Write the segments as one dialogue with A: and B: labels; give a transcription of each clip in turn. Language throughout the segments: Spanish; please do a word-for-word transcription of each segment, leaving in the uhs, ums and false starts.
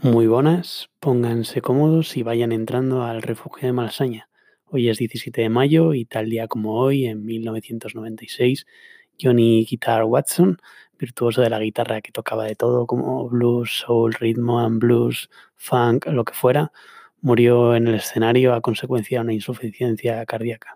A: Muy buenas, pónganse cómodos y vayan entrando al refugio de Malasaña. Hoy es diecisiete de mayo y tal día como hoy, en mil novecientos noventa y seis, Johnny Guitar Watson, virtuoso de la guitarra que tocaba de todo como blues, soul, ritmo and blues, funk, lo que fuera, murió en el escenario a consecuencia de una insuficiencia cardíaca.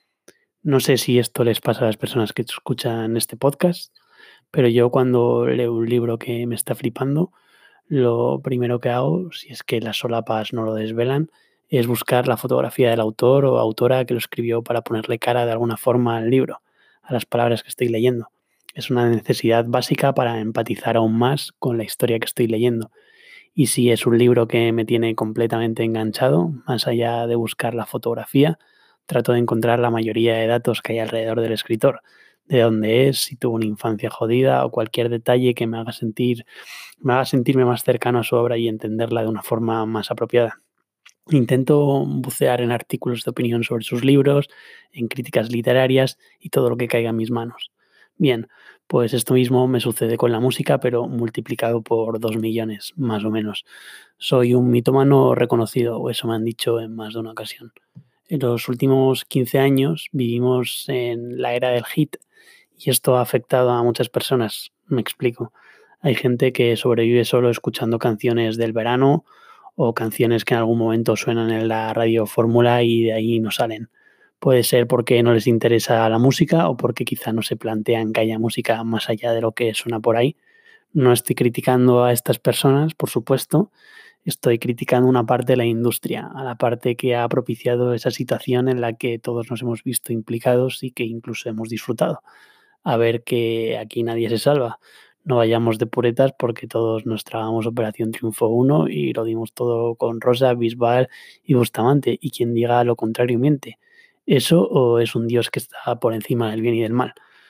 A: No sé si esto les pasa a las personas que escuchan este podcast, pero yo cuando leo un libro que me está flipando, lo primero que hago, si es que las solapas no lo desvelan, es buscar la fotografía del autor o autora que lo escribió para ponerle cara de alguna forma al libro, a las palabras que estoy leyendo. Es una necesidad básica para empatizar aún más con la historia que estoy leyendo. Y si es un libro que me tiene completamente enganchado, más allá de buscar la fotografía, trato de encontrar la mayoría de datos que hay alrededor del escritor, de dónde es, si tuvo una infancia jodida o cualquier detalle que me haga sentir, me haga sentirme más cercano a su obra y entenderla de una forma más apropiada. Intento bucear en artículos de opinión sobre sus libros, en críticas literarias y todo lo que caiga en mis manos. Bien, pues esto mismo me sucede con la música, pero multiplicado por dos millones, más o menos. Soy un mitómano reconocido, o eso me han dicho en más de una ocasión. En los últimos quince años vivimos en la era del hit y esto ha afectado a muchas personas. Me explico. Hay gente que sobrevive solo escuchando canciones del verano o canciones que en algún momento suenan en la radio fórmula y de ahí no salen. Puede ser porque no les interesa la música o porque quizá no se plantean que haya música más allá de lo que suena por ahí. No estoy criticando a estas personas, por supuesto, estoy criticando una parte de la industria, a la parte que ha propiciado esa situación en la que todos nos hemos visto implicados y que incluso hemos disfrutado. A ver que aquí nadie se salva. No vayamos de puretas porque todos nos tragamos Operación Triunfo uno y lo dimos todo con Rosa, Bisbal y Bustamante, y quien diga lo contrario miente. Eso o es un Dios que está por encima del bien y del mal.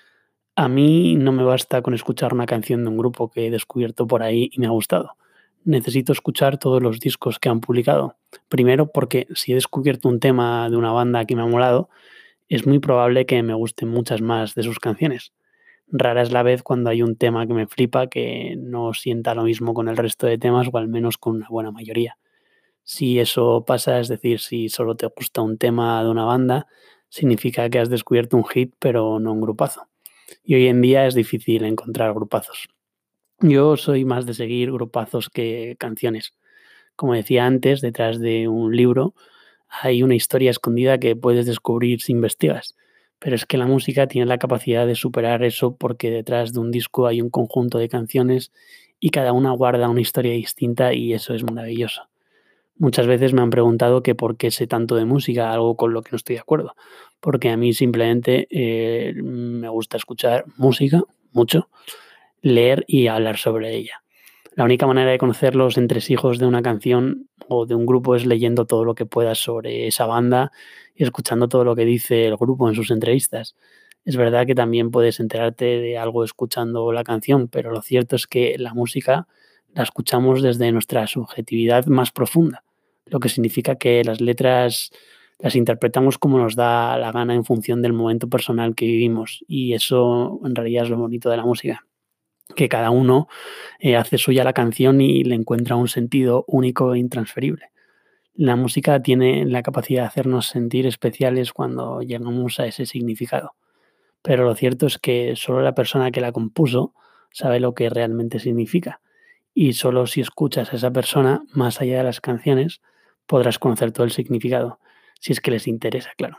A: A mí no me basta con escuchar una canción de un grupo que he descubierto por ahí y me ha gustado. Necesito escuchar todos los discos que han publicado. Primero porque si he descubierto un tema de una banda que me ha molado, es muy probable que me gusten muchas más de sus canciones. Rara es la vez cuando hay un tema que me flipa que no sienta lo mismo con el resto de temas o al menos con una buena mayoría. Si eso pasa, es decir, si solo te gusta un tema de una banda, significa que has descubierto un hit pero no un grupazo. Y hoy en día es difícil encontrar grupazos. Yo soy más de seguir grupazos que canciones. Como decía antes, detrás de un libro hay una historia escondida que puedes descubrir si investigas. Pero es que la música tiene la capacidad de superar eso porque detrás de un disco hay un conjunto de canciones y cada una guarda una historia distinta y eso es maravilloso. Muchas veces me han preguntado que por qué sé tanto de música, algo con lo que no estoy de acuerdo. Porque a mí simplemente eh, me gusta escuchar música mucho, leer y hablar sobre ella. La única manera de conocer los entresijos de una canción o de un grupo es leyendo todo lo que puedas sobre esa banda y escuchando todo lo que dice el grupo en sus entrevistas. Es verdad que también puedes enterarte de algo escuchando la canción, pero lo cierto es que la música la escuchamos desde nuestra subjetividad más profunda, lo que significa que las letras las interpretamos como nos da la gana en función del momento personal que vivimos y eso en realidad es lo bonito de la música, que cada uno eh, hace suya la canción y le encuentra un sentido único e intransferible. La música tiene la capacidad de hacernos sentir especiales cuando llegamos a ese significado, pero lo cierto es que solo la persona que la compuso sabe lo que realmente significa y solo si escuchas a esa persona, más allá de las canciones, podrás conocer todo el significado, si es que les interesa, claro.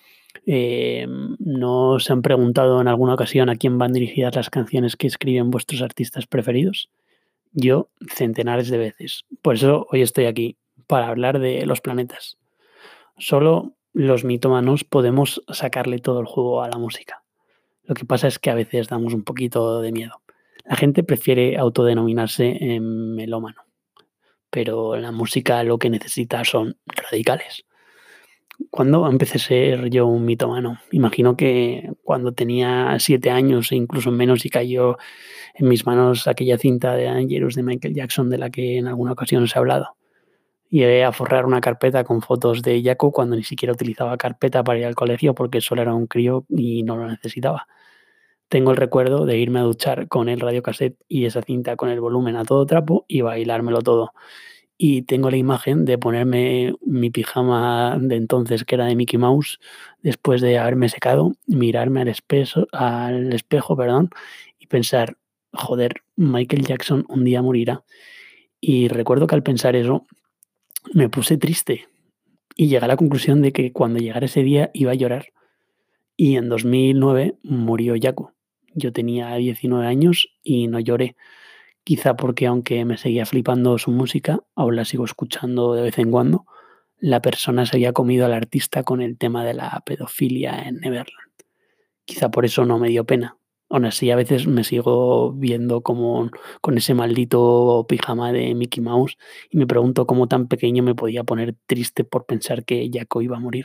A: Eh, ¿No se han preguntado en alguna ocasión a quién van dirigidas las canciones que escriben vuestros artistas preferidos? Yo, centenares de veces. Por eso hoy estoy aquí, para hablar de los planetas. Solo los mitómanos podemos sacarle todo el juego a la música. Lo que pasa es que a veces damos un poquito de miedo. La gente prefiere autodenominarse eh, melómano, pero la música lo que necesita son radicales. ¿Cuándo empecé a ser yo un mitómano? Imagino que cuando tenía siete años e incluso menos y cayó en mis manos aquella cinta de Dangerous de Michael Jackson de la que en alguna ocasión os he hablado. Llegué a forrar una carpeta con fotos de Jaco cuando ni siquiera utilizaba carpeta para ir al colegio porque solo era un crío y no lo necesitaba. Tengo el recuerdo de irme a duchar con el radiocassette y esa cinta con el volumen a todo trapo y bailármelo todo. Y tengo la imagen de ponerme mi pijama de entonces, que era de Mickey Mouse, después de haberme secado, mirarme al espeso al espejo, perdón, y pensar: "Joder, Michael Jackson un día morirá". Y recuerdo que al pensar eso me puse triste y llegué a la conclusión de que cuando llegara ese día iba a llorar. Y en dos mil nueve murió Yaku. Yo tenía diecinueve años y no lloré. Quizá porque, aunque me seguía flipando su música, aún la sigo escuchando de vez en cuando, la persona se había comido al artista con el tema de la pedofilia en Neverland. Quizá por eso no me dio pena. Aún así, a veces me sigo viendo como con ese maldito pijama de Mickey Mouse y me pregunto cómo tan pequeño me podía poner triste por pensar que Jaco iba a morir.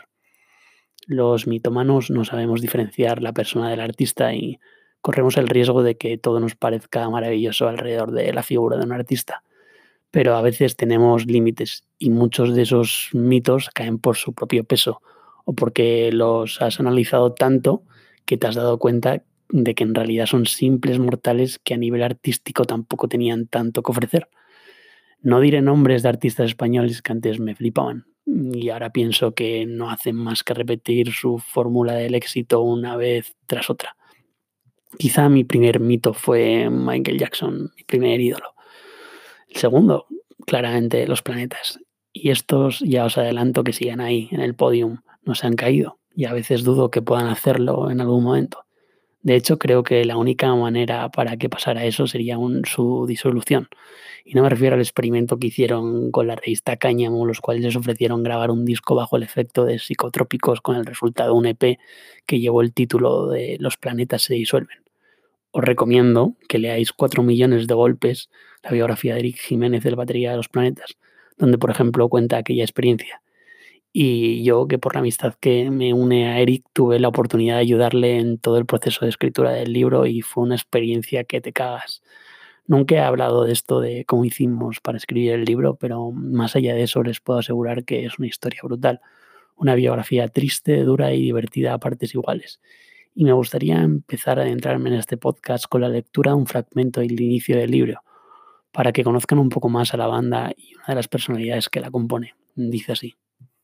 A: Los mitómanos no sabemos diferenciar la persona del artista y corremos el riesgo de que todo nos parezca maravilloso alrededor de la figura de un artista. Pero a veces tenemos límites y muchos de esos mitos caen por su propio peso o porque los has analizado tanto que te has dado cuenta de que en realidad son simples mortales que a nivel artístico tampoco tenían tanto que ofrecer. No diré nombres de artistas españoles que antes me flipaban y ahora pienso que no hacen más que repetir su fórmula del éxito una vez tras otra. Quizá mi primer mito fue Michael Jackson, mi primer ídolo. El segundo, claramente, los planetas. Y estos ya os adelanto que siguen ahí, en el podium, no se han caído y a veces dudo que puedan hacerlo en algún momento. De hecho, creo que la única manera para que pasara eso sería un, su disolución. Y no me refiero al experimento que hicieron con la revista Cáñamo, los cuales les ofrecieron grabar un disco bajo el efecto de psicotrópicos con el resultado de un E P que llevó el título de Los planetas se disuelven. Os recomiendo que leáis Cuatro millones de golpes, la biografía de Eric Jiménez del batería de Los planetas, donde por ejemplo cuenta aquella experiencia. Y yo, que por la amistad que me une a Eric, tuve la oportunidad de ayudarle en todo el proceso de escritura del libro y fue una experiencia que te cagas. Nunca he hablado de esto, de cómo hicimos para escribir el libro, pero más allá de eso les puedo asegurar que es una historia brutal, una biografía triste, dura y divertida a partes iguales. Y me gustaría empezar a adentrarme en este podcast con la lectura de un fragmento del inicio del libro, para que conozcan un poco más a la banda y una de las personalidades que la compone. Dice así.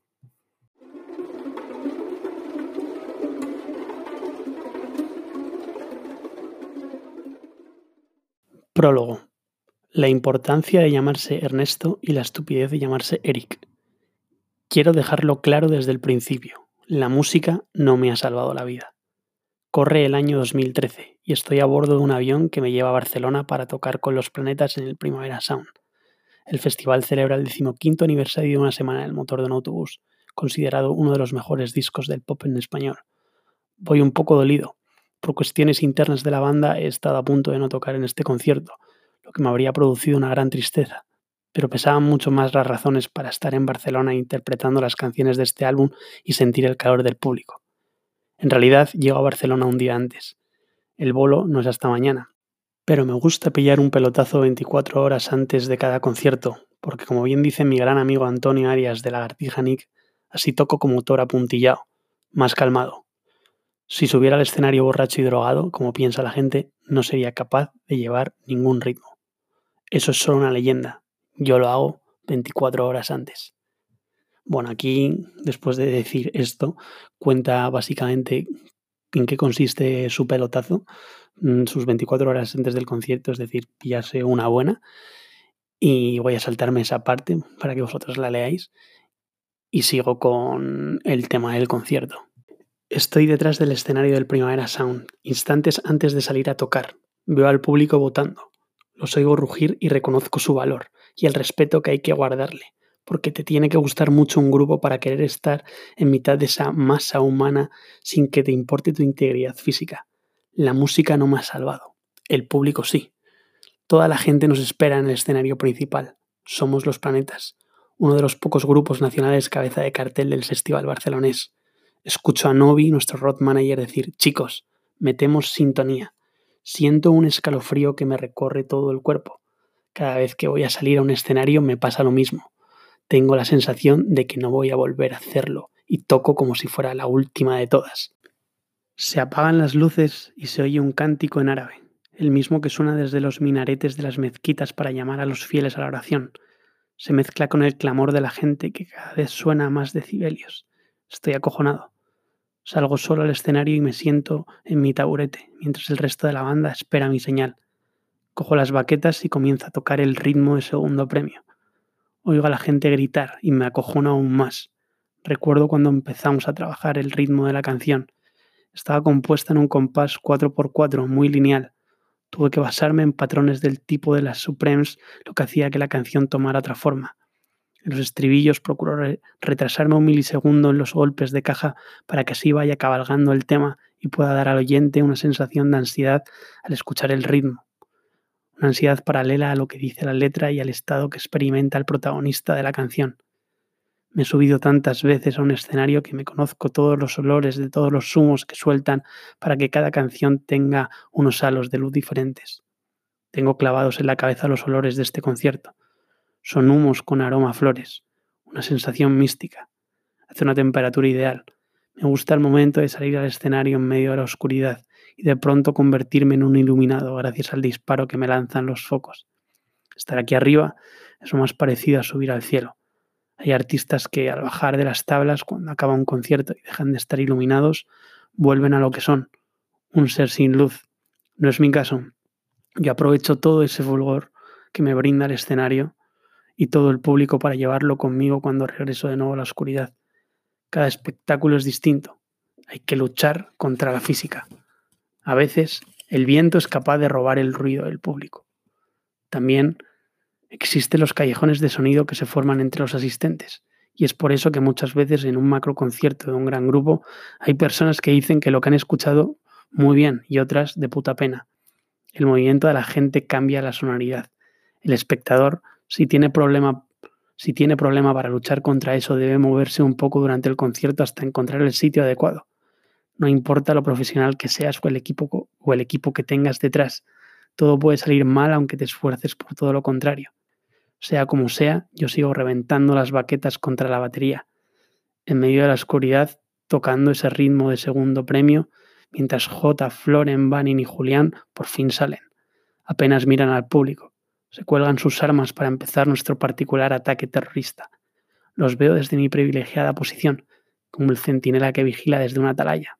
A: Prólogo. La importancia de llamarse Ernesto y la estupidez de llamarse Eric. Quiero dejarlo claro desde el principio. La música no me ha salvado la vida. Corre el año dos mil trece y estoy a bordo de un avión que me lleva a Barcelona para tocar con Los Planetas en el Primavera Sound. El festival celebra el decimoquinto aniversario de Una semana en el motor de un autobús, considerado uno de los mejores discos del pop en español. Voy un poco dolido. Por cuestiones internas de la banda he estado a punto de no tocar en este concierto, lo que me habría producido una gran tristeza, pero pesaban mucho más las razones para estar en Barcelona interpretando las canciones de este álbum y sentir el calor del público. En realidad llego a Barcelona un día antes. El bolo no es hasta mañana, pero me gusta pillar un pelotazo veinticuatro horas antes de cada concierto, porque como bien dice mi gran amigo Antonio Arias de Lagartija Nick, así toco como toro apuntillado, más calmado. Si subiera al escenario borracho y drogado, como piensa la gente, no sería capaz de llevar ningún ritmo. Eso es solo una leyenda. Yo lo hago veinticuatro horas antes. Bueno, aquí, después de decir esto, cuenta básicamente en qué consiste su pelotazo, sus veinticuatro horas antes del concierto, es decir, pillarse una buena. Y voy a saltarme esa parte para que vosotros la leáis. Y sigo con el tema del concierto. Estoy detrás del escenario del Primavera Sound, instantes antes de salir a tocar. Veo al público votando. Los oigo rugir y reconozco su valor y el respeto que hay que guardarle, porque te tiene que gustar mucho un grupo para querer estar en mitad de esa masa humana sin que te importe tu integridad física. La música no me ha salvado. El público sí. Toda la gente nos espera en el escenario principal. Somos Los Planetas, uno de los pocos grupos nacionales cabeza de cartel del Festival Barcelonés. Escucho a Novi, nuestro road manager, decir: chicos, metemos sintonía. Siento un escalofrío que me recorre todo el cuerpo. Cada vez que voy a salir a un escenario me pasa lo mismo. Tengo la sensación de que no voy a volver a hacerlo y toco como si fuera la última de todas. Se apagan las luces y se oye un cántico en árabe, el mismo que suena desde los minaretes de las mezquitas para llamar a los fieles a la oración. Se mezcla con el clamor de la gente que cada vez suena a más decibelios. Estoy acojonado. Salgo solo al escenario y me siento en mi taburete, mientras el resto de la banda espera mi señal. Cojo las baquetas y comienzo a tocar el ritmo de segundo premio. Oigo a la gente gritar y me acojono aún más. Recuerdo cuando empezamos a trabajar el ritmo de la canción. Estaba compuesta en un compás cuatro por cuatro muy lineal. Tuve que basarme en patrones del tipo de las Supremes, lo que hacía que la canción tomara otra forma. En los estribillos procuro re- retrasarme un milisegundo en los golpes de caja para que así vaya cabalgando el tema y pueda dar al oyente una sensación de ansiedad al escuchar el ritmo. Una ansiedad paralela a lo que dice la letra y al estado que experimenta el protagonista de la canción. Me he subido tantas veces a un escenario que me conozco todos los olores de todos los zumos que sueltan para que cada canción tenga unos halos de luz diferentes. Tengo clavados en la cabeza los olores de este concierto. Son humos con aroma a flores, una sensación mística. Hace una temperatura ideal. Me gusta el momento de salir al escenario en medio de la oscuridad y de pronto convertirme en un iluminado gracias al disparo que me lanzan los focos. Estar aquí arriba es lo más parecido a subir al cielo. Hay artistas que al bajar de las tablas cuando acaba un concierto y dejan de estar iluminados, vuelven a lo que son, un ser sin luz. No es mi caso. Yo aprovecho todo ese fulgor que me brinda el escenario y todo el público para llevarlo conmigo cuando regreso de nuevo a la oscuridad. Cada espectáculo es distinto. Hay que luchar contra la física. A veces el viento es capaz de robar el ruido del público. También existen los callejones de sonido que se forman entre los asistentes. Y es por eso que muchas veces en un macro concierto de un gran grupo hay personas que dicen que lo que han escuchado muy bien y otras de puta pena. El movimiento de la gente cambia la sonoridad. El espectador, si tiene problema, si tiene problema para luchar contra eso, debe moverse un poco durante el concierto hasta encontrar el sitio adecuado. No importa lo profesional que seas o el equipo, o el equipo que tengas detrás, todo puede salir mal aunque te esfuerces por todo lo contrario. Sea como sea, yo sigo reventando las baquetas contra la batería, en medio de la oscuridad, tocando ese ritmo de segundo premio, mientras J, Floren, Vanin y Julián por fin salen. Apenas miran al público. Se cuelgan sus armas para empezar nuestro particular ataque terrorista. Los veo desde mi privilegiada posición, como el centinela que vigila desde una atalaya.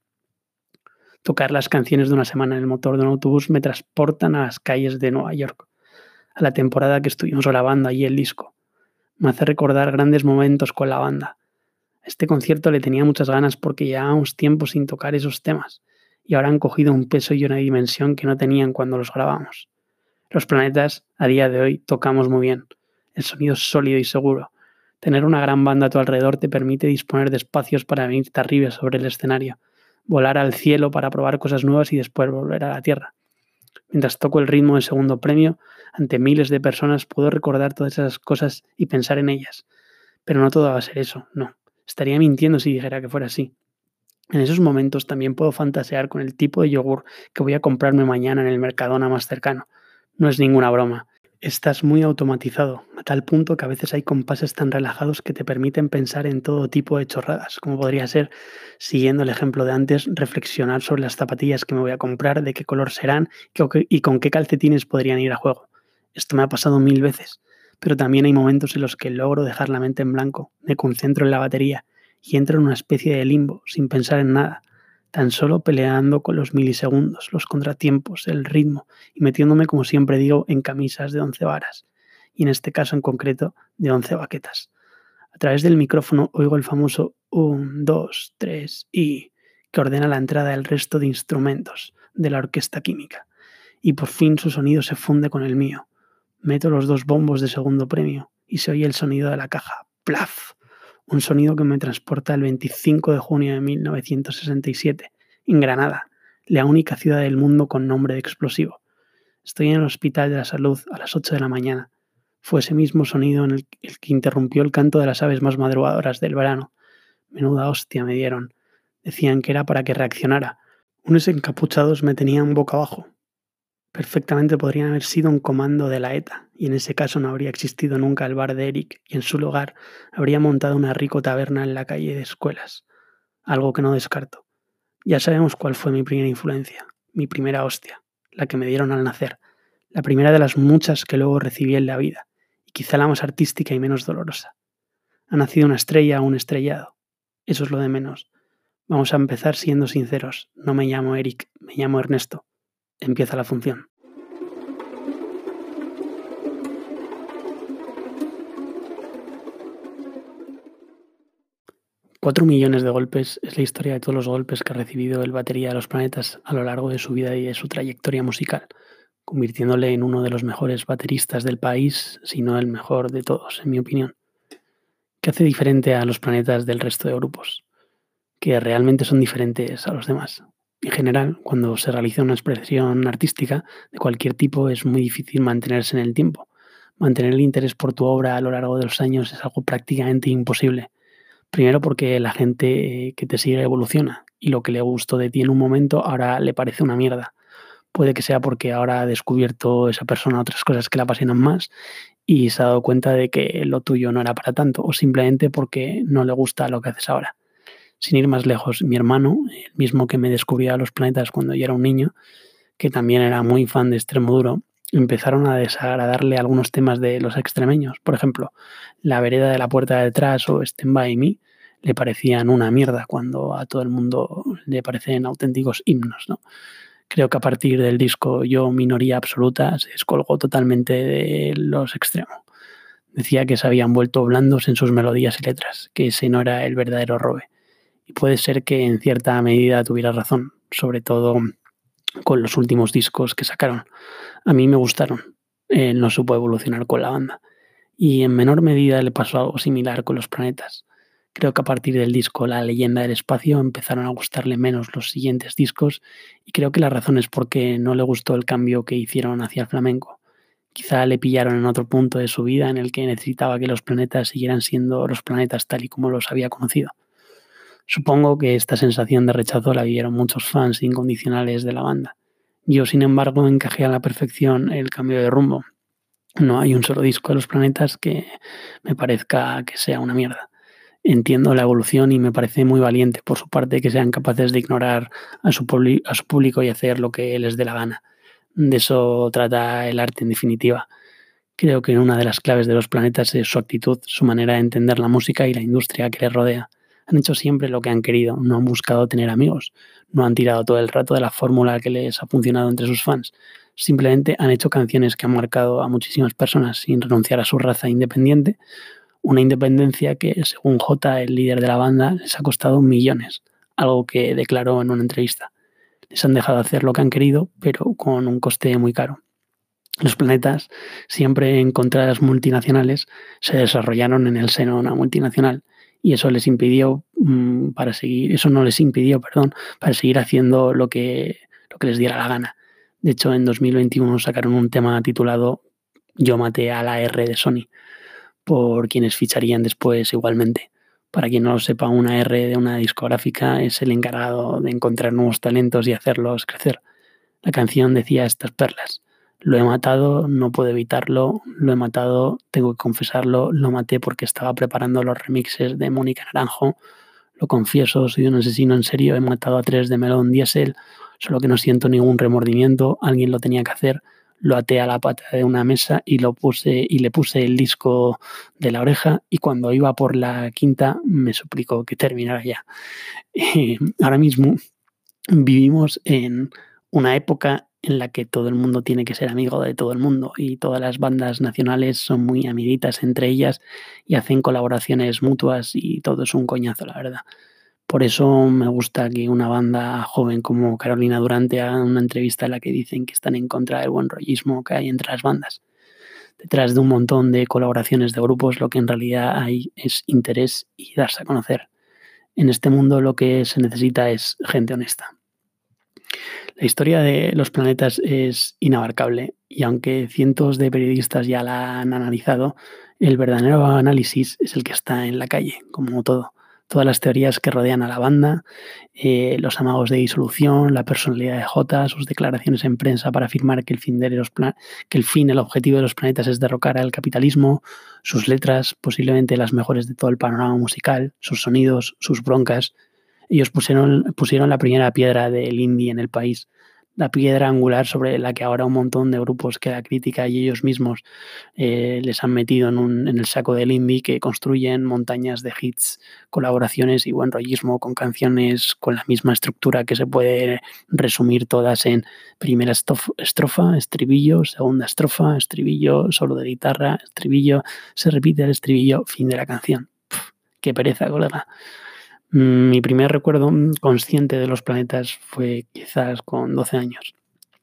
A: Tocar las canciones de una semana en el motor de un autobús me transportan a las calles de Nueva York, a la temporada que estuvimos grabando allí el disco. Me hace recordar grandes momentos con la banda. A este concierto le tenía muchas ganas porque llevábamos tiempo sin tocar esos temas y ahora han cogido un peso y una dimensión que no tenían cuando los grabamos. Los Planetas, a día de hoy, tocamos muy bien. El sonido es sólido y seguro. Tener una gran banda a tu alrededor te permite disponer de espacios para venirte arriba sobre el escenario, volar al cielo para probar cosas nuevas y después volver a la tierra. Mientras toco el ritmo del segundo premio, ante miles de personas puedo recordar todas esas cosas y pensar en ellas. Pero no todo va a ser eso, no. Estaría mintiendo si dijera que fuera así. En esos momentos también puedo fantasear con el tipo de yogur que voy a comprarme mañana en el Mercadona más cercano. No es ninguna broma. Estás muy automatizado, a tal punto que a veces hay compases tan relajados que te permiten pensar en todo tipo de chorradas, como podría ser, siguiendo el ejemplo de antes, reflexionar sobre las zapatillas que me voy a comprar, de qué color serán y con qué calcetines podrían ir a juego. Esto me ha pasado mil veces, pero también hay momentos en los que logro dejar la mente en blanco, me concentro en la batería y entro en una especie de limbo, sin pensar en nada, tan solo peleando con los milisegundos, los contratiempos, el ritmo y metiéndome, como siempre digo, en camisas de once varas, y en este caso en concreto de once baquetas. A través del micrófono oigo el famoso un, dos, tres y que ordena la entrada del resto de instrumentos de la orquesta química, y por fin su sonido se funde con el mío. Meto los dos bombos de segundo premio y se oye el sonido de la caja. ¡Plaf! Un sonido que me transporta el veinticinco de junio de mil novecientos sesenta y siete, en Granada, la única ciudad del mundo con nombre de explosivo. Estoy en el Hospital de la Salud a las ocho de la mañana. Fue ese mismo sonido en el, el que interrumpió el canto de las aves más madrugadoras del verano. Menuda hostia me dieron. Decían que era para que reaccionara. Unos encapuchados me tenían boca abajo. Perfectamente podrían haber sido un comando de la ETA, y en ese caso no habría existido nunca el bar de Eric, y en su lugar habría montado una rico taberna en la calle de Escuelas, algo que no descarto. Ya sabemos cuál fue mi primera influencia, mi primera hostia, la que me dieron al nacer, la primera de las muchas que luego recibí en la vida, y quizá la más artística y menos dolorosa. Ha nacido una estrella o un estrellado. Eso es lo de menos. Vamos a empezar siendo sinceros. No me llamo Eric, me llamo Ernesto. Empieza la función. Cuatro millones de golpes es la historia de todos los golpes que ha recibido el batería de Los Planetas a lo largo de su vida y de su trayectoria musical, convirtiéndole en uno de los mejores bateristas del país, si no el mejor de todos, en mi opinión. ¿Qué hace diferente a Los Planetas del resto de grupos? Que realmente son diferentes a los demás. En general, cuando se realiza una expresión artística de cualquier tipo es muy difícil mantenerse en el tiempo. Mantener el interés por tu obra a lo largo de los años es algo prácticamente imposible. Primero porque la gente que te sigue evoluciona y lo que le gustó de ti en un momento ahora le parece una mierda. Puede que sea porque ahora ha descubierto esa persona otras cosas que le apasionan más y se ha dado cuenta de que lo tuyo no era para tanto, o simplemente porque no le gusta lo que haces ahora. Sin ir más lejos, mi hermano, el mismo que me descubrió a Los Planetas cuando yo era un niño, que también era muy fan de Extremoduro, empezaron a desagradarle algunos temas de los extremeños. Por ejemplo, La vereda de la puerta de detrás o Stand By Me le parecían una mierda cuando a todo el mundo le parecen auténticos himnos, ¿no? Creo que a partir del disco Yo, minoría absoluta, se descolgó totalmente de los extremos. Decía que se habían vuelto blandos en sus melodías y letras, que ese no era el verdadero Robe. Y puede ser que en cierta medida tuviera razón, sobre todo con los últimos discos que sacaron. A mí me gustaron. Él no supo evolucionar con la banda. Y en menor medida le pasó algo similar con Los Planetas. Creo que a partir del disco La leyenda del espacio empezaron a gustarle menos los siguientes discos y creo que la razón es porque no le gustó el cambio que hicieron hacia el flamenco. Quizá le pillaron en otro punto de su vida en el que necesitaba que los planetas siguieran siendo los planetas tal y como los había conocido. Supongo que esta sensación de rechazo la vivieron muchos fans incondicionales de la banda. Yo, sin embargo, encajé a la perfección el cambio de rumbo. No hay un solo disco de Los Planetas que me parezca que sea una mierda. Entiendo la evolución y me parece muy valiente por su parte que sean capaces de ignorar a su, a su público y hacer lo que les dé la gana. De eso trata el arte en definitiva. Creo que una de las claves de Los Planetas es su actitud, su manera de entender la música y la industria que les rodea. Han hecho siempre lo que han querido, no han buscado tener amigos, no han tirado todo el rato de la fórmula que les ha funcionado entre sus fans. Simplemente han hecho canciones que han marcado a muchísimas personas sin renunciar a su raza independiente, una independencia que, según J, el líder de la banda, les ha costado millones, algo que declaró en una entrevista. Les han dejado hacer lo que han querido, pero con un coste muy caro. Los Planetas, siempre en contra de las multinacionales, se desarrollaron en el seno de una multinacional y eso les impidió mmm, para seguir, eso no les impidió, perdón, para seguir haciendo lo que, lo que les diera la gana. De hecho, en dos mil veintiuno sacaron un tema titulado Yo maté a la R de Sony, por quienes ficharían después igualmente. Para quien no lo sepa, una R de una discográfica es el encargado de encontrar nuevos talentos y hacerlos crecer. La canción decía estas perlas: lo he matado, no puedo evitarlo, lo he matado, tengo que confesarlo, lo maté porque estaba preparando los remixes de Mónica Naranjo, lo confieso, soy un asesino en serio, he matado a tres de Melón Diesel, solo que no siento ningún remordimiento, alguien lo tenía que hacer, lo até a la pata de una mesa y, lo puse, y le puse el disco de la oreja y cuando iba por la quinta me suplicó que terminara ya. Eh, ahora mismo vivimos en una época en la que todo el mundo tiene que ser amigo de todo el mundo y todas las bandas nacionales son muy amiguitas entre ellas y hacen colaboraciones mutuas y todo es un coñazo, la verdad. Por eso me gusta que una banda joven como Carolina Durante haga una entrevista en la que dicen que están en contra del buen rollismo que hay entre las bandas. Detrás de un montón de colaboraciones de grupos lo que en realidad hay es interés y darse a conocer. En este mundo lo que se necesita es gente honesta. La historia de Los Planetas es inabarcable y aunque cientos de periodistas ya la han analizado, el verdadero análisis es el que está en la calle, como todo. Todas las teorías que rodean a la banda, eh, los amagos de disolución, la personalidad de J, sus declaraciones en prensa para afirmar que el fin de los plan- que el fin, el objetivo de Los Planetas es derrocar al capitalismo, sus letras, posiblemente las mejores de todo el panorama musical, sus sonidos, sus broncas. Ellos pusieron, pusieron la primera piedra del indie en el país, la piedra angular sobre la que ahora un montón de grupos que la crítica y ellos mismos eh, les han metido en, un, en el saco del indie, que construyen montañas de hits, colaboraciones y buen rollismo con canciones con la misma estructura que se puede resumir todas en primera estrofa, estribillo, segunda estrofa, estribillo, solo de guitarra, estribillo, se repite el estribillo, fin de la canción. Pff, qué pereza, colega. Mi primer recuerdo consciente de los planetas fue quizás con doce años.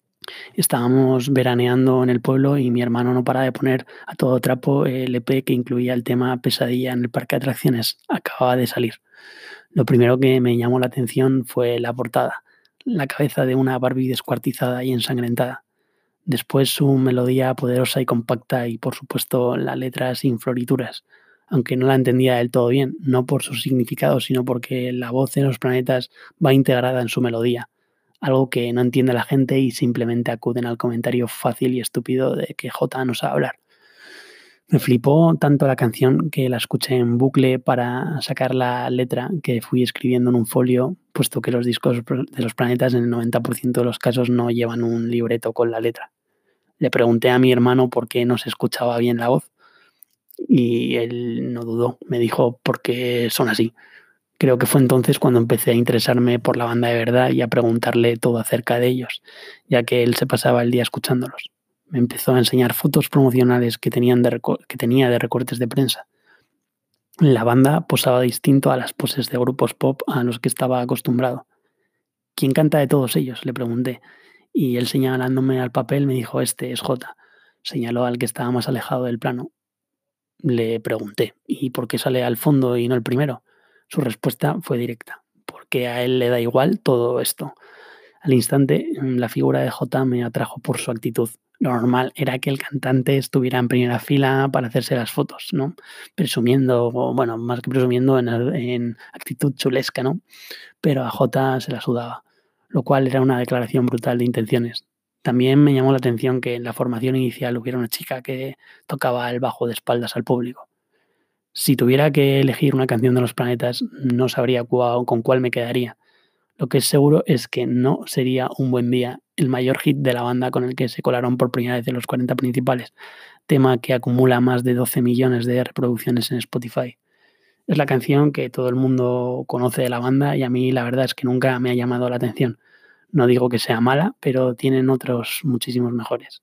A: Estábamos veraneando en el pueblo y mi hermano no paraba de poner a todo trapo el E P que incluía el tema Pesadilla en el parque de atracciones. Acababa de salir. Lo primero que me llamó la atención fue la portada, la cabeza de una Barbie descuartizada y ensangrentada. Después su melodía poderosa y compacta y, por supuesto, la letra sin florituras, aunque no la entendía del todo bien, no por su significado, sino porque la voz de los planetas va integrada en su melodía, algo que no entiende la gente y simplemente acuden al comentario fácil y estúpido de que J no sabe hablar. Me flipó tanto la canción que la escuché en bucle para sacar la letra que fui escribiendo en un folio, puesto que los discos de los planetas en el noventa por ciento de los casos no llevan un libreto con la letra. Le pregunté a mi hermano por qué no se escuchaba bien la voz y él no dudó, me dijo porque son así. Creo que fue entonces cuando empecé a interesarme por la banda de verdad y a preguntarle todo acerca de ellos, ya que él se pasaba el día escuchándolos. Me empezó a enseñar fotos promocionales que, tenían de que tenía de recortes de prensa. La banda posaba distinto a las poses de grupos pop a los que estaba acostumbrado. ¿Quién canta de todos ellos?, le pregunté. Y él, señalándome al papel, me dijo: este es J. Señaló al que estaba más alejado del plano. Le pregunté: ¿y por qué sale al fondo y no el primero? Su respuesta fue directa: porque a él le da igual todo esto. Al instante, la figura de J me atrajo por su actitud. Lo normal era que el cantante estuviera en primera fila para hacerse las fotos, ¿no? Presumiendo, o bueno, más que presumiendo, en, en actitud chulesca, ¿no? Pero a J se la sudaba, lo cual era una declaración brutal de intenciones. También me llamó la atención que en la formación inicial hubiera una chica que tocaba el bajo de espaldas al público. Si tuviera que elegir una canción de los planetas, no sabría cuál, con cuál me quedaría. Lo que es seguro es que no sería Un buen día, el mayor hit de la banda con el que se colaron por primera vez en los cuarenta principales, tema que acumula más de doce millones de reproducciones en Spotify. Es la canción que todo el mundo conoce de la banda y a mí la verdad es que nunca me ha llamado la atención. No digo que sea mala, pero tienen otros muchísimos mejores.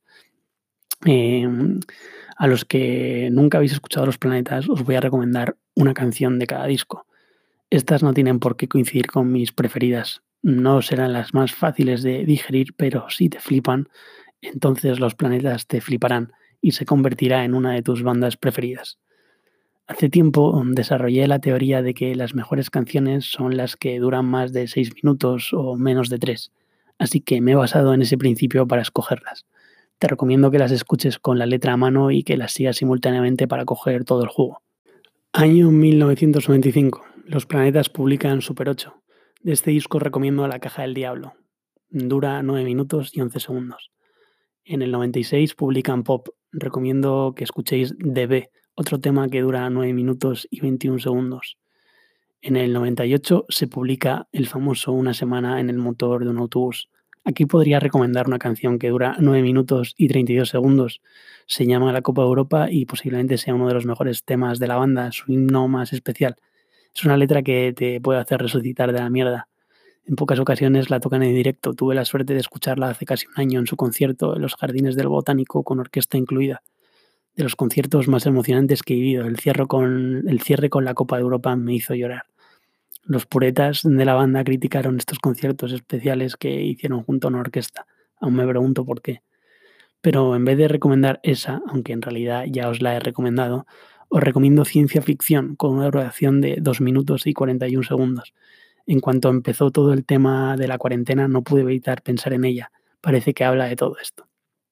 A: Eh, a los que nunca habéis escuchado Los Planetas, os voy a recomendar una canción de cada disco. Estas no tienen por qué coincidir con mis preferidas. No serán las más fáciles de digerir, pero si te flipan, entonces Los Planetas te fliparán y se convertirá en una de tus bandas preferidas. Hace tiempo desarrollé la teoría de que las mejores canciones son las que duran más de seis minutos o menos de tres, así que me he basado en ese principio para escogerlas. Te recomiendo que las escuches con la letra a mano y que las sigas simultáneamente para coger todo el jugo. Año mil novecientos noventa y cinco. Los Planetas publican Super ocho. De este disco recomiendo La Caja del Diablo. Dura nueve minutos y once segundos. En el noventa y seis publican Pop. Recomiendo que escuchéis D B, otro tema que dura nueve minutos y veintiún segundos. En el noventa y ocho se publica el famoso Una semana en el motor de un autobús. Aquí podría recomendar una canción que dura nueve minutos y treinta y dos segundos. Se llama La Copa de Europa y posiblemente sea uno de los mejores temas de la banda, su himno más especial. Es una letra que te puede hacer resucitar de la mierda. En pocas ocasiones la tocan en directo. Tuve la suerte de escucharla hace casi un año en su concierto en los Jardines del Botánico con orquesta incluida. De los conciertos más emocionantes que he vivido. El cierre con, el cierre con la Copa de Europa me hizo llorar. Los puretas de la banda criticaron estos conciertos especiales que hicieron junto a una orquesta. Aún me pregunto por qué. Pero en vez de recomendar esa, aunque en realidad ya os la he recomendado, os recomiendo Ciencia Ficción con una duración de dos minutos y cuarenta y un segundos. En cuanto empezó todo el tema de la cuarentena no pude evitar pensar en ella. Parece que habla de todo esto.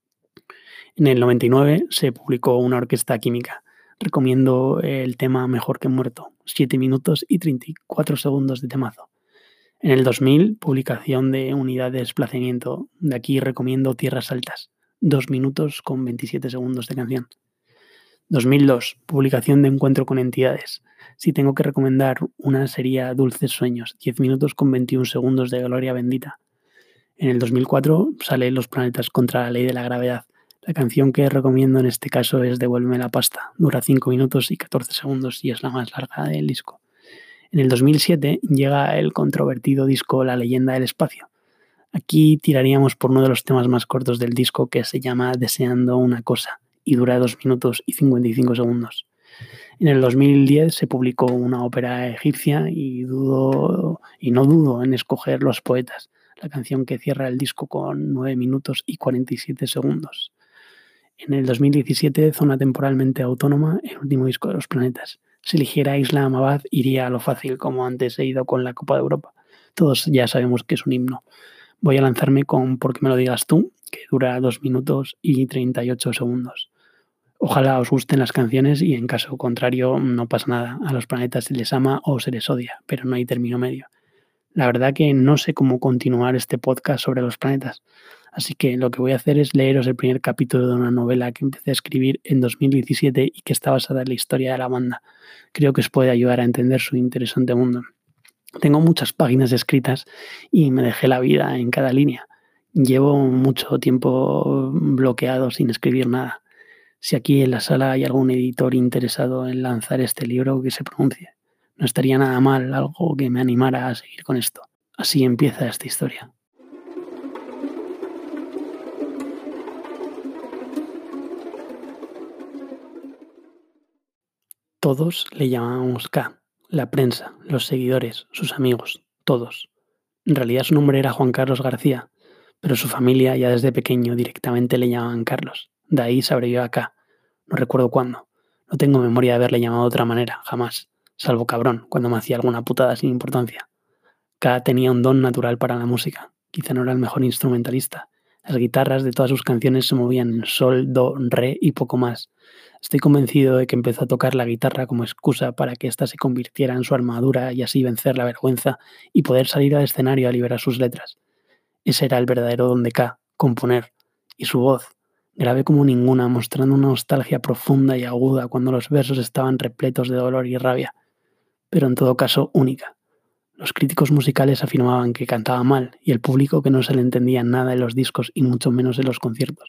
A: En el noventa y nueve se publicó Una orquesta química. Recomiendo el tema Mejor que muerto, siete minutos y treinta y cuatro segundos de temazo. En el dos mil, publicación de Unidad de desplazamiento. De aquí recomiendo Tierras altas, dos minutos con veintisiete segundos de canción. dos mil dos, publicación de Encuentro con entidades. Si tengo que recomendar una sería Dulces sueños, diez minutos con veintiún segundos de gloria bendita. En el dos mil cuatro sale Los planetas contra la ley de la gravedad. La canción que recomiendo en este caso es Devuélveme la pasta. Dura cinco minutos y catorce segundos y es la más larga del disco. En el dos mil siete llega el controvertido disco La leyenda del espacio. Aquí tiraríamos por uno de los temas más cortos del disco, que se llama Deseando una cosa y dura dos minutos y cincuenta y cinco segundos. En el dos mil diez se publicó una ópera egipcia y, dudo, y no dudo en escoger Los poetas, la canción que cierra el disco con nueve minutos y cuarenta y siete segundos. En el dos mil diecisiete, Zona temporalmente autónoma, el último disco de Los planetas. Si eligiera Islamabad, iría a lo fácil, como antes he ido con la Copa de Europa. Todos ya sabemos que es un himno. Voy a lanzarme con Porque me lo digas tú, que dura dos minutos y treinta y ocho segundos. Ojalá os gusten las canciones y en caso contrario no pasa nada. A Los planetas se les ama o se les odia, pero no hay término medio. La verdad que no sé cómo continuar este podcast sobre los planetas, así que lo que voy a hacer es leeros el primer capítulo de una novela que empecé a escribir en dos mil diecisiete y que está basada en la historia de la banda. Creo que os puede ayudar a entender su interesante mundo. Tengo muchas páginas escritas y me dejé la vida en cada línea. Llevo mucho tiempo bloqueado sin escribir nada. Si aquí en la sala hay algún editor interesado en lanzar este libro, que se pronuncie. No estaría nada mal, algo que me animara a seguir con esto. Así empieza esta historia. Todos le llamábamos K. La prensa, los seguidores, sus amigos, todos. En realidad su nombre era Juan Carlos García, pero su familia ya desde pequeño directamente le llamaban Carlos. De ahí se abrevió a K. No recuerdo cuándo. No tengo memoria de haberle llamado de otra manera, jamás. Salvo cabrón, cuando me hacía alguna putada sin importancia. K tenía un don natural para la música. Quizá no era el mejor instrumentalista. Las guitarras de todas sus canciones se movían en sol, do, re y poco más. Estoy convencido de que empezó a tocar la guitarra como excusa para que ésta se convirtiera en su armadura y así vencer la vergüenza y poder salir al escenario a liberar sus letras. Ese era el verdadero don de K, componer. Y su voz, grave como ninguna, mostrando una nostalgia profunda y aguda cuando los versos estaban repletos de dolor y rabia, pero en todo caso única. Los críticos musicales afirmaban que cantaba mal y el público que no se le entendía nada en los discos y mucho menos en los conciertos.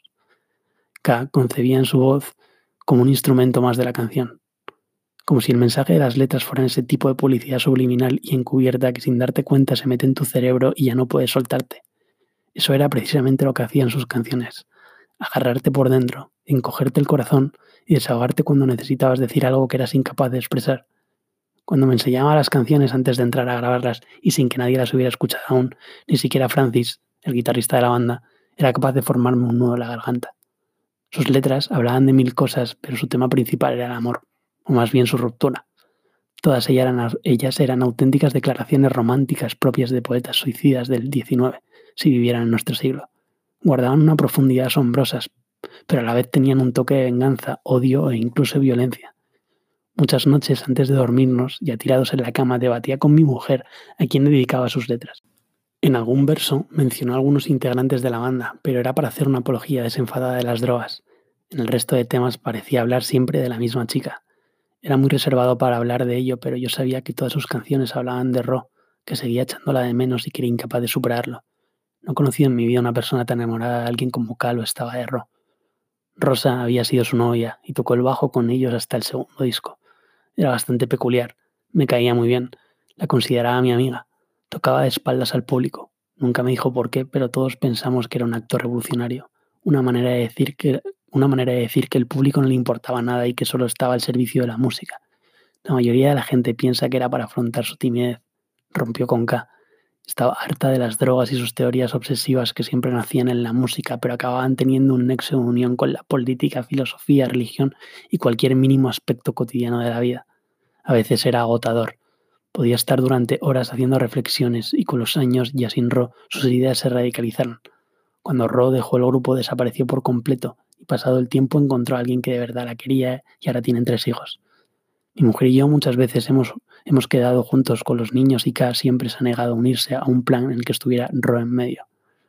A: K concebía en su voz como un instrumento más de la canción, como si el mensaje de las letras fueran ese tipo de publicidad subliminal y encubierta que sin darte cuenta se mete en tu cerebro y ya no puedes soltarte. Eso era precisamente lo que hacían sus canciones, agarrarte por dentro, encogerte el corazón y desahogarte cuando necesitabas decir algo que eras incapaz de expresar. Cuando me enseñaba las canciones antes de entrar a grabarlas y sin que nadie las hubiera escuchado aún, ni siquiera Francis, el guitarrista de la banda, era capaz de formarme un nudo en la garganta. Sus letras hablaban de mil cosas, pero su tema principal era el amor, o más bien su ruptura. Todas ellas eran, ellas eran auténticas declaraciones románticas propias de poetas suicidas del diecinueve, si vivieran en nuestro siglo. Guardaban una profundidad asombrosa, pero a la vez tenían un toque de venganza, odio e incluso violencia. Muchas noches antes de dormirnos, ya tirados en la cama, debatía con mi mujer a quién dedicaba sus letras. En algún verso mencionó a algunos integrantes de la banda, pero era para hacer una apología desenfadada de las drogas. En el resto de temas parecía hablar siempre de la misma chica. Era muy reservado para hablar de ello, pero yo sabía que todas sus canciones hablaban de Ro, que seguía echándola de menos y que era incapaz de superarlo. No he conocido en mi vida una persona tan enamorada de alguien como K lo estaba de Ro. Rosa había sido su novia y tocó el bajo con ellos hasta el segundo disco. Era bastante peculiar, me caía muy bien, la consideraba mi amiga, tocaba de espaldas al público, nunca me dijo por qué, pero todos pensamos que era un acto revolucionario, una manera de decir que, una manera de decir que el público no le importaba nada y que solo estaba al servicio de la música. La mayoría de la gente piensa que era para afrontar su timidez. Rompió con K. Estaba harta de las drogas y sus teorías obsesivas que siempre nacían en la música, pero acababan teniendo un nexo de unión con la política, filosofía, religión y cualquier mínimo aspecto cotidiano de la vida. A veces era agotador. Podía estar durante horas haciendo reflexiones y con los años, ya sin Ro, sus ideas se radicalizaron. Cuando Ro dejó el grupo desapareció por completo y pasado el tiempo encontró a alguien que de verdad la quería y ahora tienen tres hijos. Mi mujer y yo muchas veces hemos, hemos quedado juntos con los niños y K siempre se ha negado a unirse a un plan en el que estuviera Ro en medio.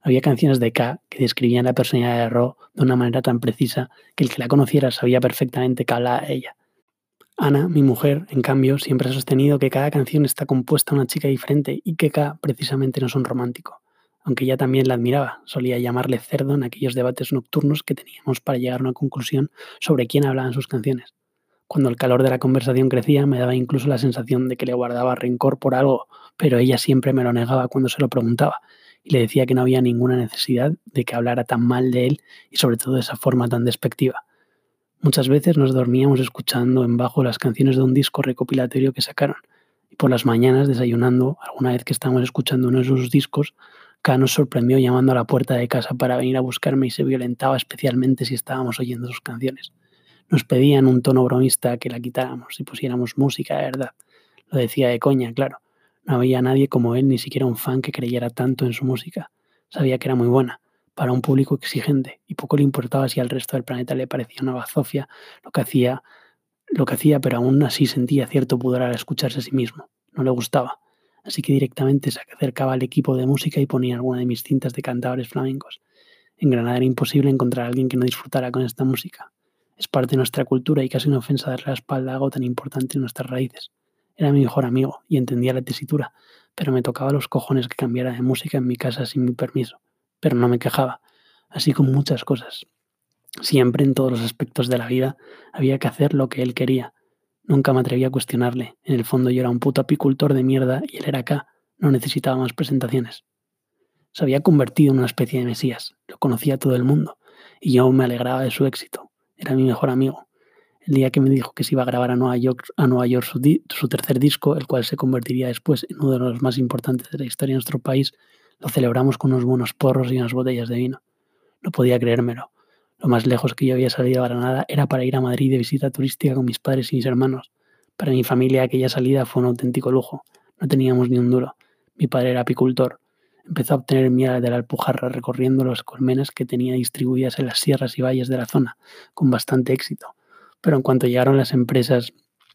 A: Había canciones de K que describían la personalidad de Ro de una manera tan precisa que el que la conociera sabía perfectamente que hablaba de ella. Ana, mi mujer, en cambio, siempre ha sostenido que cada canción está compuesta a una chica diferente y que K precisamente no es un romántico. Aunque ella también la admiraba, solía llamarle cerdo en aquellos debates nocturnos que teníamos para llegar a una conclusión sobre quién hablaba en sus canciones. Cuando el calor de la conversación crecía, me daba incluso la sensación de que le guardaba rencor por algo, pero ella siempre me lo negaba cuando se lo preguntaba, y le decía que no había ninguna necesidad de que hablara tan mal de él y sobre todo de esa forma tan despectiva. Muchas veces nos dormíamos escuchando en bajo las canciones de un disco recopilatorio que sacaron, y por las mañanas, desayunando, alguna vez que estábamos escuchando uno de sus discos, K nos sorprendió llamando a la puerta de casa para venir a buscarme y se violentaba especialmente si estábamos oyendo sus canciones. Nos pedía en un tono bromista que la quitáramos y pusiéramos música de verdad. Lo decía de coña, claro. No había nadie como él, ni siquiera un fan que creyera tanto en su música. Sabía que era muy buena, para un público exigente, y poco le importaba si al resto del planeta le parecía una bazofia lo que hacía, lo que hacía, pero aún así sentía cierto pudor al escucharse a sí mismo. No le gustaba. Así que directamente se acercaba al equipo de música y ponía alguna de mis cintas de cantadores flamencos. En Granada era imposible encontrar a alguien que no disfrutara con esta música. Es parte de nuestra cultura y casi una ofensa darle la espalda a algo tan importante en nuestras raíces. Era mi mejor amigo y entendía la tesitura, pero me tocaba los cojones que cambiara de música en mi casa sin mi permiso. Pero no me quejaba, así con muchas cosas. Siempre en todos los aspectos de la vida había que hacer lo que él quería. Nunca me atreví a cuestionarle. En el fondo yo era un puto apicultor de mierda y él era acá. No necesitaba más presentaciones. Se había convertido en una especie de mesías. Lo conocía todo el mundo y yo me alegraba de su éxito. Era mi mejor amigo. El día que me dijo que se iba a grabar a Nueva York, a Nueva York su, di, su tercer disco, el cual se convertiría después en uno de los más importantes de la historia de nuestro país, lo celebramos con unos buenos porros y unas botellas de vino. No podía creérmelo. Lo más lejos que yo había salido a Granada era para ir a Madrid de visita turística con mis padres y mis hermanos. Para mi familia aquella salida fue un auténtico lujo. No teníamos ni un duro. Mi padre era apicultor. Empezó a obtener miel de la Alpujarra recorriendo las colmenas que tenía distribuidas en las sierras y valles de la zona, con bastante éxito. Pero en cuanto llegaron las empresas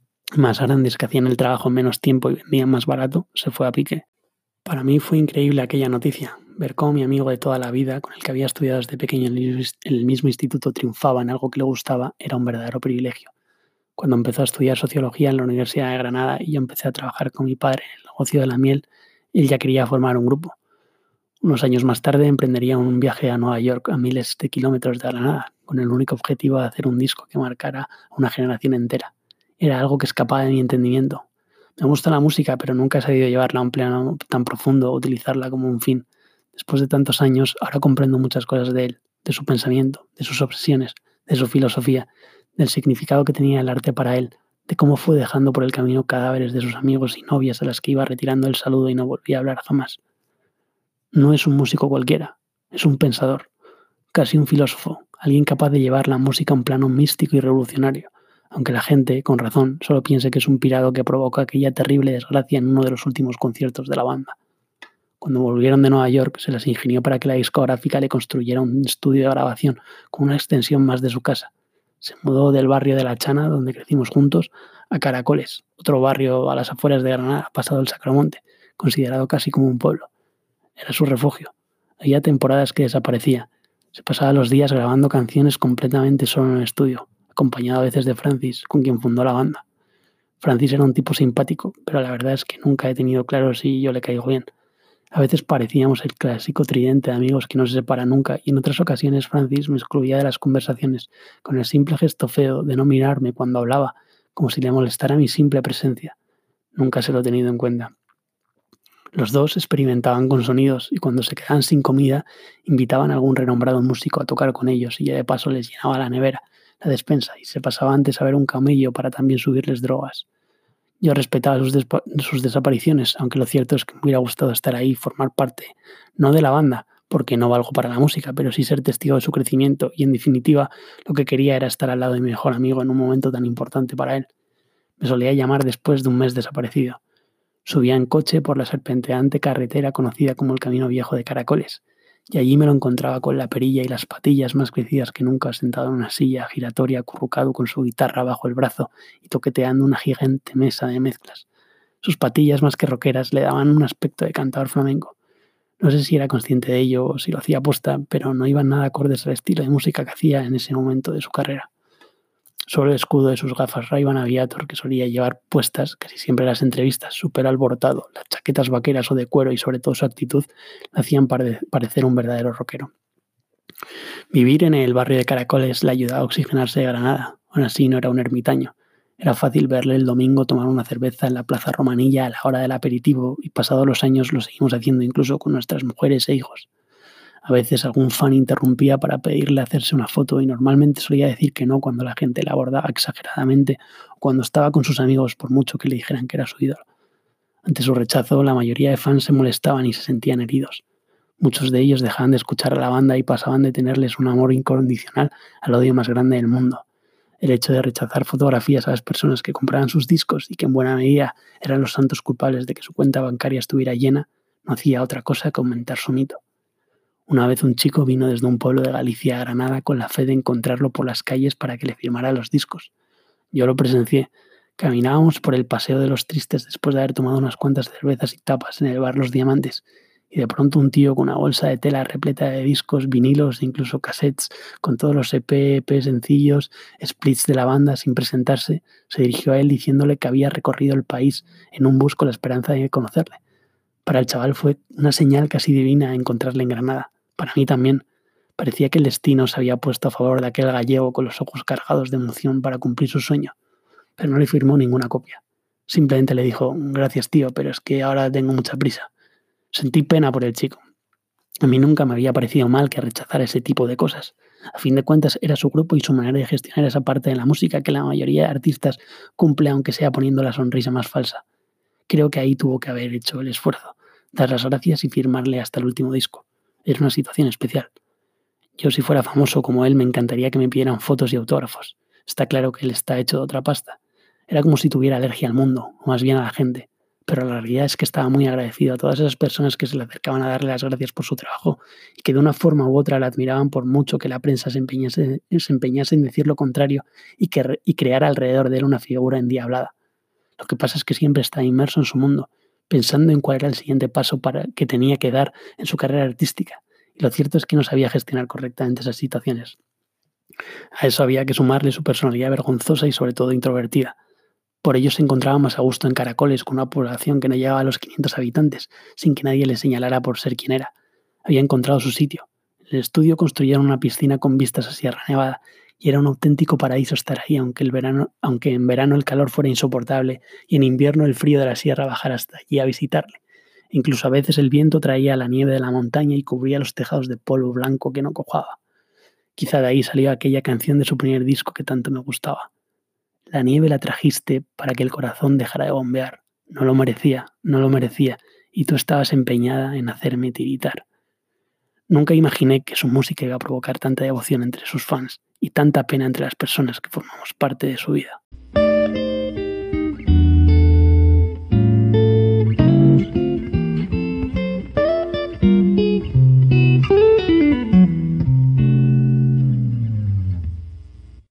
A: más grandes que hacían el trabajo en menos tiempo y vendían más barato, se fue a pique. Para mí fue increíble aquella noticia, ver cómo mi amigo de toda la vida, con el que había estudiado desde pequeño en el mismo instituto, triunfaba en algo que le gustaba, era un verdadero privilegio. Cuando empezó a estudiar sociología en la Universidad de Granada y yo empecé a trabajar con mi padre en el negocio de la miel, él ya quería formar un grupo. Unos años más tarde emprendería un viaje a Nueva York a miles de kilómetros de Granada, con el único objetivo de hacer un disco que marcara a una generación entera. Era algo que escapaba de mi entendimiento. Me gusta la música, pero nunca he sabido llevarla a un plano tan profundo o utilizarla como un fin. Después de tantos años, ahora comprendo muchas cosas de él, de su pensamiento, de sus obsesiones, de su filosofía, del significado que tenía el arte para él, de cómo fue dejando por el camino cadáveres de sus amigos y novias a las que iba retirando el saludo y no volvía a hablar jamás. No es un músico cualquiera, es un pensador, casi un filósofo, alguien capaz de llevar la música a un plano místico y revolucionario, aunque la gente, con razón, solo piense que es un pirado que provoca aquella terrible desgracia en uno de los últimos conciertos de la banda. Cuando volvieron de Nueva York, se las ingenió para que la discográfica le construyera un estudio de grabación con una extensión más de su casa. Se mudó del barrio de La Chana, donde crecimos juntos, a Caracoles, otro barrio a las afueras de Granada, pasado el Sacromonte, considerado casi como un pueblo. Era su refugio. Había temporadas que desaparecía. Se pasaba los días grabando canciones completamente solo en el estudio, acompañado a veces de Francis, con quien fundó la banda. Francis era un tipo simpático, pero la verdad es que nunca he tenido claro si yo le caigo bien. A veces parecíamos el clásico tridente de amigos que no se separa nunca, y en otras ocasiones Francis me excluía de las conversaciones con el simple gesto feo de no mirarme cuando hablaba, como si le molestara mi simple presencia. Nunca se lo he tenido en cuenta. Los dos experimentaban con sonidos y cuando se quedaban sin comida invitaban a algún renombrado músico a tocar con ellos y ya de paso les llenaba la nevera, la despensa y se pasaba antes a ver un camello para también subirles drogas. Yo respetaba sus, sus desapariciones, aunque lo cierto es que me hubiera gustado estar ahí y formar parte, no de la banda, porque no valgo para la música, pero sí ser testigo de su crecimiento y en definitiva lo que quería era estar al lado de mi mejor amigo en un momento tan importante para él. Me solía llamar después de un mes desaparecido. Subía en coche por la serpenteante carretera conocida como el Camino Viejo de Caracoles, y allí me lo encontraba con la perilla y las patillas más crecidas que nunca, sentado en una silla giratoria, acurrucado con su guitarra bajo el brazo y toqueteando una gigante mesa de mezclas. Sus patillas más que rockeras le daban un aspecto de cantador flamenco. No sé si era consciente de ello o si lo hacía aposta, pero no iban nada acordes al estilo de música que hacía en ese momento de su carrera. Solo el escudo de sus gafas Ray-Ban Aviator que solía llevar puestas casi siempre en las entrevistas, súper alborotado, las chaquetas vaqueras o de cuero y sobre todo su actitud le hacían pare parecer un verdadero rockero. Vivir en el barrio de Caracoles le ayudaba a oxigenarse de Granada, aún así no era un ermitaño. Era fácil verle el domingo tomar una cerveza en la Plaza Romanilla a la hora del aperitivo y pasados los años lo seguimos haciendo incluso con nuestras mujeres e hijos. A veces algún fan interrumpía para pedirle hacerse una foto y normalmente solía decir que no cuando la gente le abordaba exageradamente o cuando estaba con sus amigos por mucho que le dijeran que era su ídolo. Ante su rechazo, la mayoría de fans se molestaban y se sentían heridos. Muchos de ellos dejaban de escuchar a la banda y pasaban de tenerles un amor incondicional al odio más grande del mundo. El hecho de rechazar fotografías a las personas que compraban sus discos y que en buena medida eran los santos culpables de que su cuenta bancaria estuviera llena, no hacía otra cosa que aumentar su mito. Una vez un chico vino desde un pueblo de Galicia a Granada con la fe de encontrarlo por las calles para que le firmara los discos. Yo lo presencié. Caminábamos por el Paseo de los Tristes después de haber tomado unas cuantas cervezas y tapas en el bar Los Diamantes, y de pronto un tío con una bolsa de tela repleta de discos, vinilos e incluso cassettes, con todos los E P, E P sencillos, splits de la banda sin presentarse, se dirigió a él diciéndole que había recorrido el país en un bus con la esperanza de conocerle. Para el chaval fue una señal casi divina encontrarle en Granada. Para mí también. Parecía que el destino se había puesto a favor de aquel gallego con los ojos cargados de emoción para cumplir su sueño, pero no le firmó ninguna copia. Simplemente le dijo: gracias tío, pero es que ahora tengo mucha prisa. Sentí pena por el chico. A mí nunca me había parecido mal que rechazara ese tipo de cosas. A fin de cuentas era su grupo y su manera de gestionar esa parte de la música que la mayoría de artistas cumple aunque sea poniendo la sonrisa más falsa. Creo que ahí tuvo que haber hecho el esfuerzo, dar las gracias y firmarle hasta el último disco. Era una situación especial. Yo, si fuera famoso como él, me encantaría que me pidieran fotos y autógrafos. Está claro que él está hecho de otra pasta. Era como si tuviera alergia al mundo, o más bien a la gente. Pero la realidad es que estaba muy agradecido a todas esas personas que se le acercaban a darle las gracias por su trabajo y que de una forma u otra la admiraban por mucho que la prensa se empeñase, se empeñase en decir lo contrario y, que, y creara alrededor de él una figura endiablada. Lo que pasa es que siempre estaba inmerso en su mundo, pensando en cuál era el siguiente paso para, que tenía que dar en su carrera artística. Y lo cierto es que no sabía gestionar correctamente esas situaciones. A eso había que sumarle su personalidad vergonzosa y sobre todo introvertida. Por ello se encontraba más a gusto en Caracoles, con una población que no llegaba a los quinientos habitantes, sin que nadie le señalara por ser quien era. Había encontrado su sitio. En el estudio construyeron una piscina con vistas a Sierra Nevada, y era un auténtico paraíso estar ahí, aunque, el verano, aunque en verano el calor fuera insoportable y en invierno el frío de la sierra bajara hasta allí a visitarle. Incluso a veces el viento traía la nieve de la montaña y cubría los tejados de polvo blanco que no cojaba. Quizá de ahí salió aquella canción de su primer disco que tanto me gustaba. La nieve la trajiste para que el corazón dejara de bombear. No lo merecía, no lo merecía, y tú estabas empeñada en hacerme tiritar. Nunca imaginé que su música iba a provocar tanta devoción entre sus fans y tanta pena entre las personas que formamos parte de su vida.